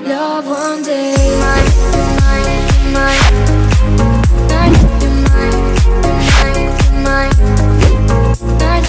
love one day. You're mine, you're mine, you're mine, you're mine, you're mine,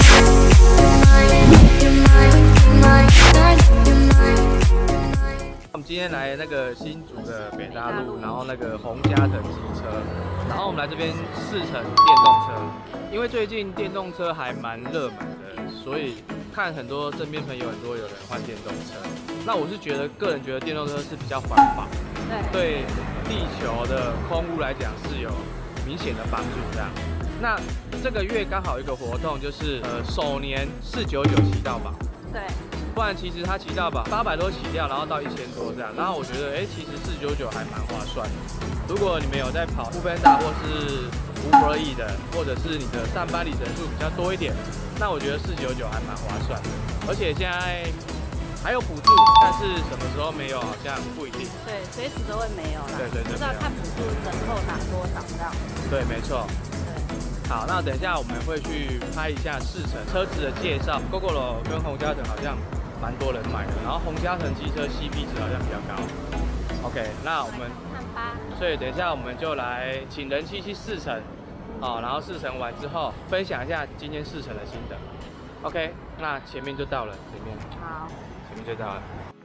you're mine, you're mine. 我们今天来那个新竹的北大路，然后那个洪嘉诚机车，然后我们来这边试乘电动车，因为最近电动车还蛮热门的，所以看很多身边朋友很多有人换电动车。那我是个人觉得电动车是比较环保，对地球的空污来讲是有明显的帮助这样。那这个月刚好有一个活动，就是首年499骑到饱。 对。 不然其实它骑到饱800多起跳，然后到1000多这样。然后我觉得，其实499还蛮划算的。如果你们有在跑Foodpanda或是Uber Eats的，或者是你的上班里程数比较多一点，那我觉得499还蛮划算的。而且现在还有补助，但是什么时候没有好像不一定。 对，随时都会没有啦。 对， 不知道看补助等候打多少这样。 对，没错。好，那等一下我们会去拍一下试乘车子的介绍。Gogoro 跟洪嘉诚好像蛮多人买的，然后洪嘉诚机车 CP 值好像比较高。OK， 那我们看吧。所以等一下我们就来请人妻去试乘，然后试乘完之后分享一下今天试乘的心得。OK， 那前面就到了，前面。 好。 前面就到了。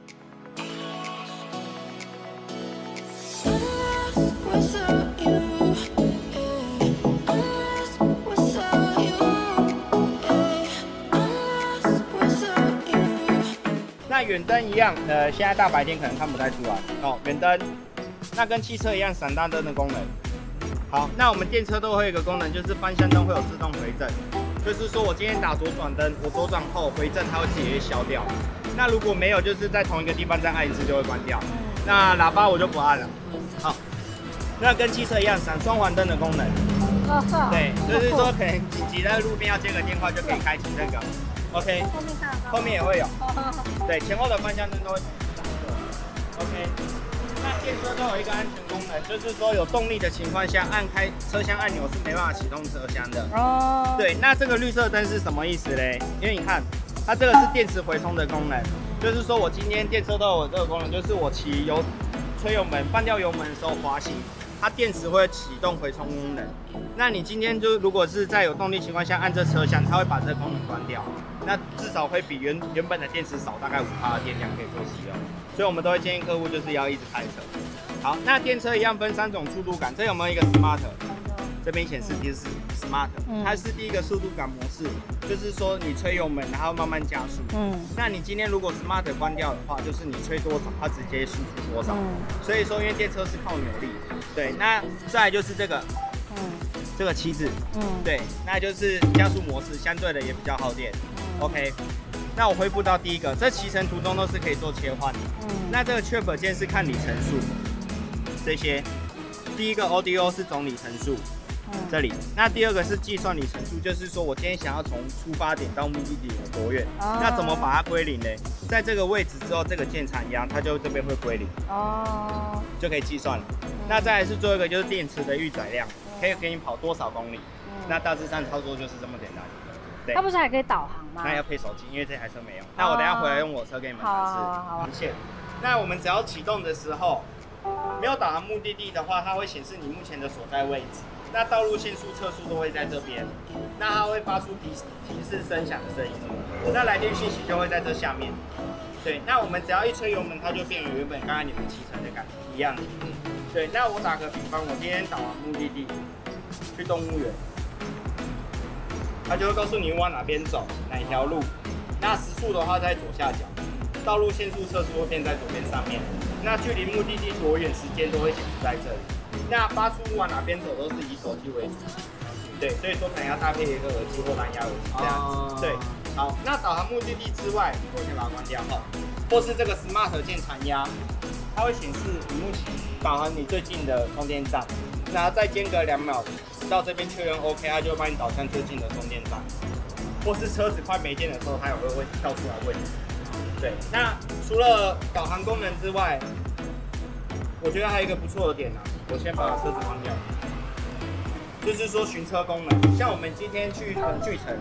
那远灯一样，现在大白天可能看不太出来哦。远灯，那跟汽车一样闪大灯的功能。好，那我们电车都会有一个功能，就是方向灯会有自动回正，就是说我今天打左转灯，我左转后回正，它会自己会消掉。那如果没有，就是在同一个地方再按一次就会关掉。那喇叭我就不按了。好，那跟汽车一样闪双环灯的功能。对，就是说可能紧急在路边要接个电话就可以开启这个。OK， 后面也会有，对，前后的方向灯都会闪烁。OK， 那电车都有一个安全功能，就是说有动力的情况下，按开车厢按钮是没办法启动车厢的。哦。对，那这个绿色灯是什么意思嘞？因为你看，它这个是电池回充的功能，就是说我今天电车都有这个功能，就是我吹油门、放掉油门的时候滑行，它电池会启动回充功能。那你今天就如果是在有动力情况下按这车厢，它会把这个功能关掉。那至少会比原本的电池少大概5%的电量可以做使用，所以我们都会建议客户就是要一直开车。好，那电车一样分3种速度感，这有没有一个 Smart？ 这边显示就是 Smart， 它是第一个速度感模式，就是说你吹油门然后慢慢加速。那你今天如果 Smart 关掉的话，就是你吹多少，它直接输出多少。所以说因为电车是靠扭力，对，那再来就是这个。这个旗子，对，那就是加速模式，相对的也比较耗电。OK， 那我恢复到第一个，这骑乘途中都是可以做切换的。那这个 Trip 键是看里程数，这些，第一个 Audio 是总里程数，这里。那第二个是计算里程数，就是说我今天想要从出发点到目的地有多远，那怎么把它归零呢？在这个位置之后，这个键长压，它就这边会归零，就可以计算了。那再来是最后一个就是电池的预载量。可以给你跑多少公里？那大致上操作就是这么简单。对， 它不是还可以导航吗？ 那要配手机，因为这台车没有。那我等一下回来用我车给你们展示。好。那我们只要启动的时候，没有导航目的地的话，它会显示你目前的所在位置。那道路限速测速都会在这边，那它会发出提示声响的声音。那来电讯息就会在这下面。对，那我们只要一吹油门，它就变成原本刚刚你们骑乘的感觉一样。对，那我打个比方，我今天导航目的地去动物园，它就会告诉你往哪边走，哪一条路。那时速的话在左下角，道路限速测速会变在左边上面。那距离目的地多远，时间都会显示在这里。那发出往哪边走都是以手机为主。对，所以说可能要搭配一个耳机或蓝牙耳机这样子。对，好，那导航目的地之外，我先把它关掉哈，或是这个 Smart 键长压。它会显示你目前导航你最近的充电站，然后再间隔2秒，直到这边确认 OK， 它就会帮你导向最近的充电站，或是车子快没电的时候，它也会跳出来问你。对，那除了导航功能之外，我觉得还有一个不错的点啊，我先把车子关掉，就是说寻车功能，像我们今天去巨城，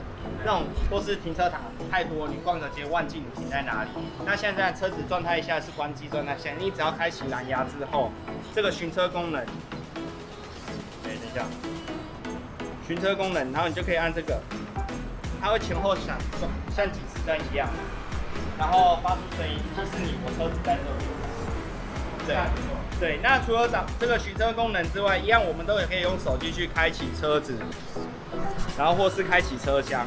那种或是停车场太多，你逛个街忘记你停在哪里。那现在车子状态下是关机状态下，你只要开启蓝牙之后，这个寻车功能，等一下，寻车功能，然后你就可以按这个，它会前后闪，像警示灯一样，然后发出声音提示你我车子在这里。对。对，那除了这个寻车功能之外，一样我们都也可以用手机去开启车子，然后或是开启车厢。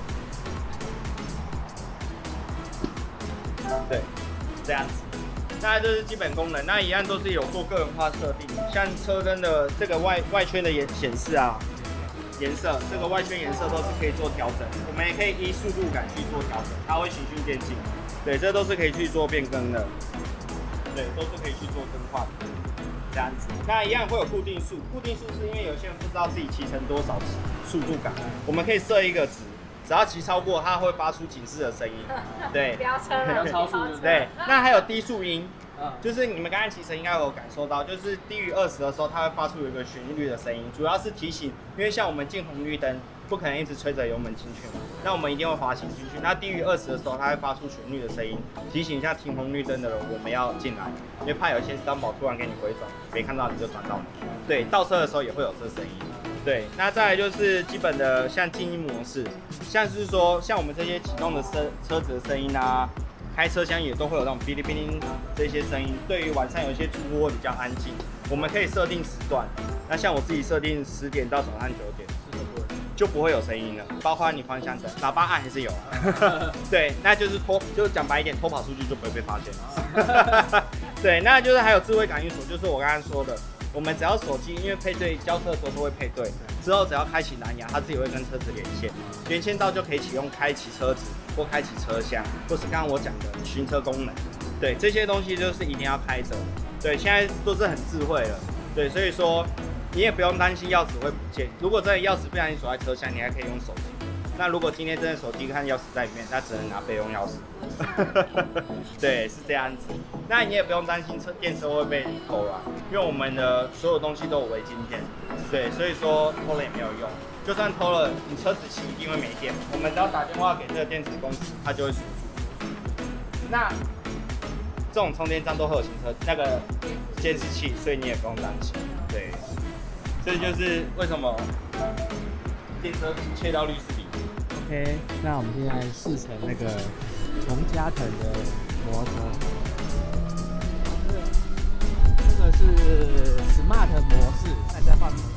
对，这样子。那这是基本功能，那一样都是有做个人化设定，像车灯的这个外圈的显示啊，颜色，这个外圈颜色都是可以做调整，我们也可以依速度感去做调整，它会循序渐进。对，这都是可以去做变更的。对，都是可以去做更换的，这样子。那一样会有固定速，固定速是因为有些人不知道自己骑乘多少速度感，我们可以设一个值，只要骑超过，它会发出警示的声音。对， 飙车了， 不要超速。 对，那还有低速音，就是你们刚才骑乘应该有感受到，就是低于20的时候，它会发出有一个旋律的声音，主要是提醒，因为像我们进红绿灯，不可能一直吹着油门进去嘛，那我们一定会滑行进去。那低于20的时候，它会发出旋律的声音，提醒一下停红绿灯的人我们要进来，因为怕有一些担保突然给你回转，没看到你就转到你。对，倒车的时候也会有这声音。对，那再来就是基本的像静音模式，像是说像我们这些启动的车子的声音啊。开车厢也都会有那种哔哩哔哩这些声音，对于晚上有一些住户会比较安静，我们可以设定时段。那像我自己设定10点到早上9点，就不会有声音了，包括你方向灯、喇叭按还是有。对，那就是讲白一点，偷跑出去就不会被发现。对，那就是还有智慧感应锁，就是我刚刚说的，我们只要手机因为配对交车的时候都会配对，之后只要开启蓝牙，它自己会跟车子连线到就可以启用开启车子。或开启车厢，或是刚刚我讲的寻车功能，对这些东西就是一定要开着。对，现在都是很智慧了，对，所以说你也不用担心钥匙会不见。如果真的钥匙不小心锁在车厢，你还可以用手机。那如果今天真的手机看钥匙在里面，那只能拿备用钥匙。对，是这样子。那你也不用担心电车会被偷了，因为我们的所有东西都有违禁片，对，所以说偷了也没有用。就算偷了，你车子骑一定会没电。我们只要打电话给这个电子公司，它就会输出。那这种充电站都会有那个监视器，所以你也不用担心。对，这就是为什么电车窃盗率是0。 OK， 那我们现在试乘那个洪嘉腾的摩托车，这个是 Smart 模式，那再换模式。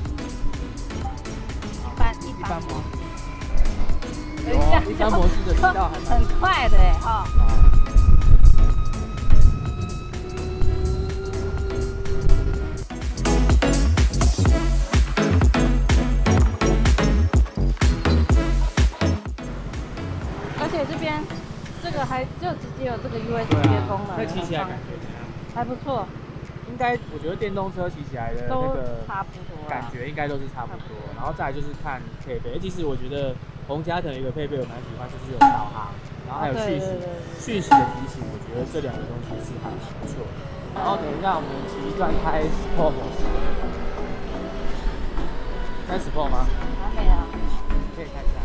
一般模式，一般模式的力道还很快的哈。而且这边这个还就直接有这个 USB 的功能， 那骑起来感觉怎样？ 还不错。 应该我觉得电动车骑起来的那个差不多， 感觉应该都是差不多。然后再来就是看配备，其实我觉得洪嘉腾一个配备我蛮喜欢，就是有导航，然后还有讯息的提醒，我觉得这2个东西是还不错的。然后等一下我们骑一段开 Sport 模式，开 Sport 吗？ 还没啊， 可以看一下。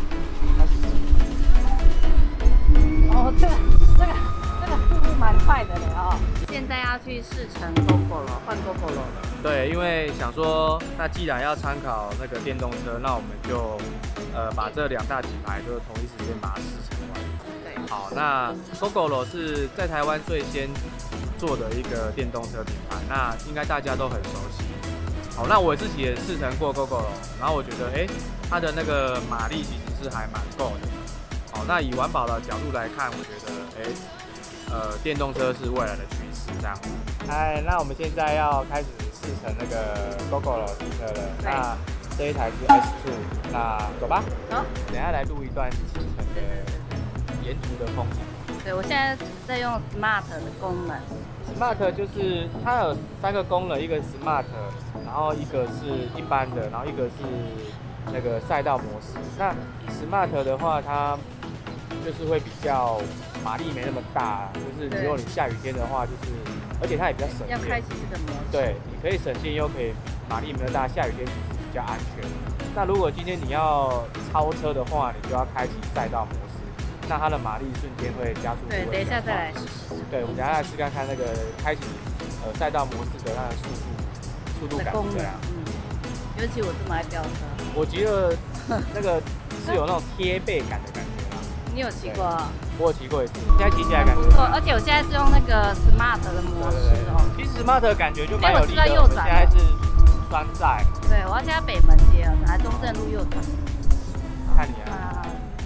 哦，这个速度蛮快的嘞哦。现在要去试乘 GoGo 了，换 GoGo 了。 对，因为想说，那既然要参考那个电动车，那我们就把这2大品牌都同一时间把它试乘完。 对。 好，那 GoGo 是在台湾最先做的一个电动车品牌，那应该大家都很熟悉。好，那我自己也试乘过 GoGo，然后我觉得，它的那个马力其实是还蛮够的。好，那以环保的角度来看，我觉得，电动车是未来的趋势，这样。 嗨，那我们现在要开始试乘那个 GoGo 机车了。那这一台是 S2， 那走吧。 好， 等一下来录一段骑乘的沿途的风景。 对，我现在在用 Smart 的功能。 Smart 就是它有3个功能，一个 Smart， 然后一个是一般的，然后一个是那个赛道模式。那 Smart 的话，它就是会比较马力没那么大，就是如果你下雨天的话，就是而且它也比较省电。 要开启这个模式。 对，你可以省电又可以马力没那么大，下雨天比较安全。那如果今天你要超车的话，你就要开启赛道模式，那它的马力瞬间会加速。 对，等一下再来试试。 对，我们等一下来试看看那个开启赛道模式的那个速度感功能对啊。 尤其我这么爱飙车， 我觉得那个是有那种贴背感的感觉啦。 你有骑过？ 我有骑过一次，现在骑起来感觉不错，而且我现在是用那个 Smart 的模式哦。 其实 Smart 的感觉就蛮有力的。 因为我是在右转现在是双载。 对，我要现在北门街了，来中正路右转。 看你啊。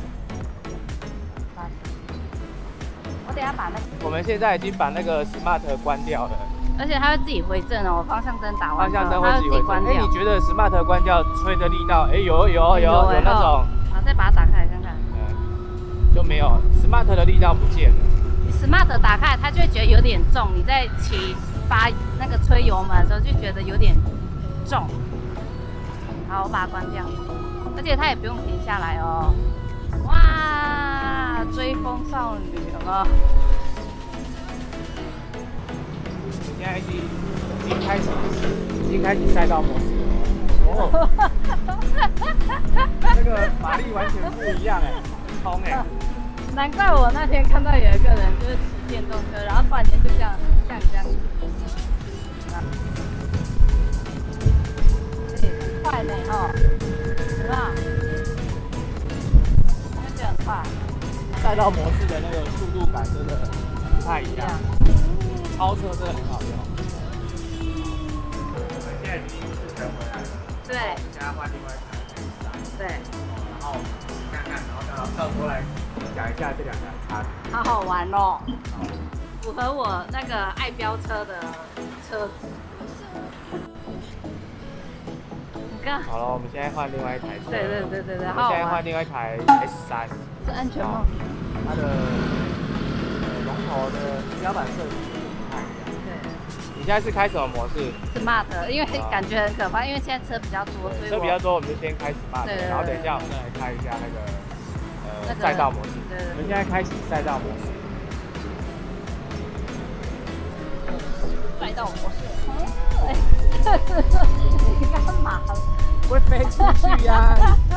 我等一下把那个， 我们现在已经把那个 Smart 关掉了。 而且它会自己回正哦，方向灯打完， 方向灯会自己关掉。 你觉得 Smart 关掉吹的力道？有那种。 好，再把它打开来看看。 就没有 Smart 的力道不见了。 你 Smart 打开，它就会觉得有点重。你在发那个吹油门的时候，就觉得有点重。好，我把它关掉。而且它也不用停下来哦。哇，追风少女有没有？ 现在已经开启赛道模式了。哦，这个马力完全不一样哎，很冲哎。 难怪我那天看到有一个人就是骑电动车，然后突然间就这样像你这样，很快呢哦，是吧？那就很快。 赛道模式的那个速度感真的不太一样，超车真的很好用。我们现在已经试乘回来了， 对， 现在换另外一台S3， 对， 然后看看，然后到时候来讲一下这两台差别。 好好玩哦，符合我那个爱飙车的车子。你看， 好了，我们现在换另外一台车。 对， 我们好好现在换玩。 另外一台 S3， 是安全帽。 它的龙头的标板设计不太一样。 对。 你现在是开什么模式 Smart， 因为感觉很可怕，因为现在车比较多，所以车比较多，我们就先开 Smart，然后等一下我们再来开一下那个赛道模式。 对。 我们现在开启赛道模式。 赛道模式。你干嘛？ 会飞出去呀！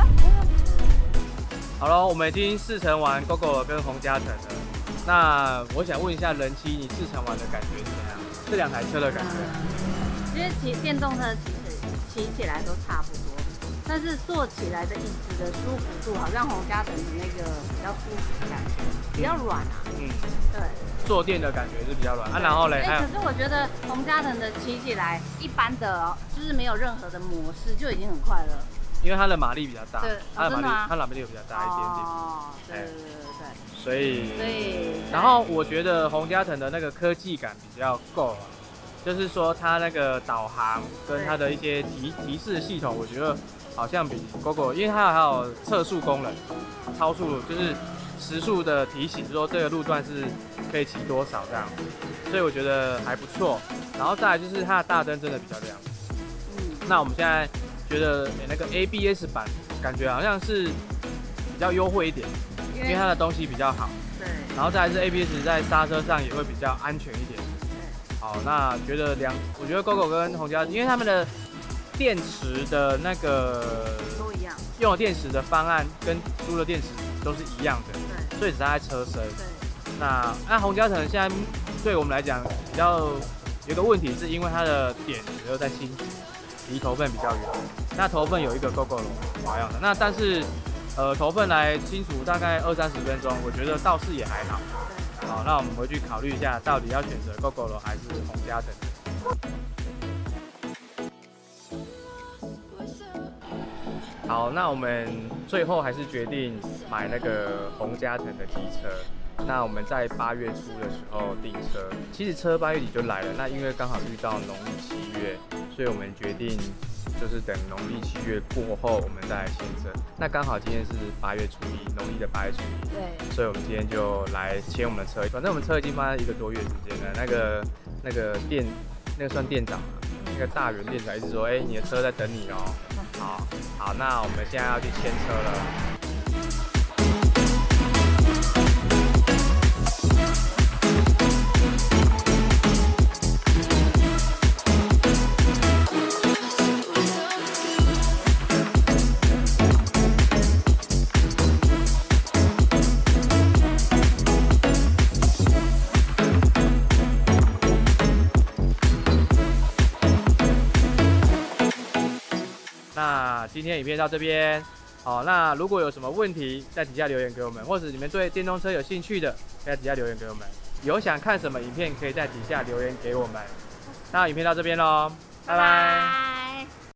好了，我们已经试乘完 GoGo 跟洪嘉诚了。那我想问一下人妻，你试乘完的感觉怎么样？这两台车的感觉？ 其实骑电动车骑起来都差不多，但是坐起来的椅子的舒服度，好像洪嘉诚的那个比较舒服的感觉，比较软啊。对。 坐垫的感觉是比较软啊，然后嘞， 可是我觉得洪嘉诚的骑起来一般的，就是没有任何的模式就已经很快了。 因为它的马力比较大， 对， 它的马力比较大一点点。 哦，对。 所以，然后我觉得洪嘉诚的那个科技感比较够啊，就是说它那个导航跟它的一些提示系统，我觉得好像比 GoGo， 因为它还有测速功能，超速就是时速的提醒，说这个路段是可以骑多少这样子，所以我觉得还不错。然后再来就是它的大灯真的比较亮。那我们现在觉得那个 ABS 版感觉好像是比较优惠一点，因为它的东西比较好。 对。 然后再来是 ABS 在刹车上也会比较安全一点。对。好，那我觉得 GoGo 跟洪嘉诚，因为他们的电池的那个都一样， 用的电池的方案跟租的电池都是一样的， 对， 所以只差在车身。 对。 那洪嘉诚现在对我们来讲比较有一个问题，是因为它的点只有在新竹，离头份比较远。那头份有一个 GoGo 保养的，那但是头份来新竹大概20-30分钟，我觉得倒是也还好。好，那我们回去考虑一下，到底要选择 GoGo 还是洪嘉诚。好，那我们最后还是决定买那个洪嘉诚的机车。那我们在8月初的时候订车，其实车8月底就来了。那因为刚好遇到农历7月，所以我们决定就是等农历7月过后，我们再来签车。那刚好今天是8月初1，农历的8月初1，对，所以我们今天就来签我们的车。反正我们车已经放在1个多月时间了。那个店，那个算店长啊，那个大元店长一直说，你的车在等你哦。好，那我们现在要去签车了。 那今天影片到这边，好，那如果有什么问题，在底下留言给我们，或者你们对电动车有兴趣的，可以在底下留言给我们。有想看什么影片，可以在底下留言给我们。那影片到这边喽，拜拜。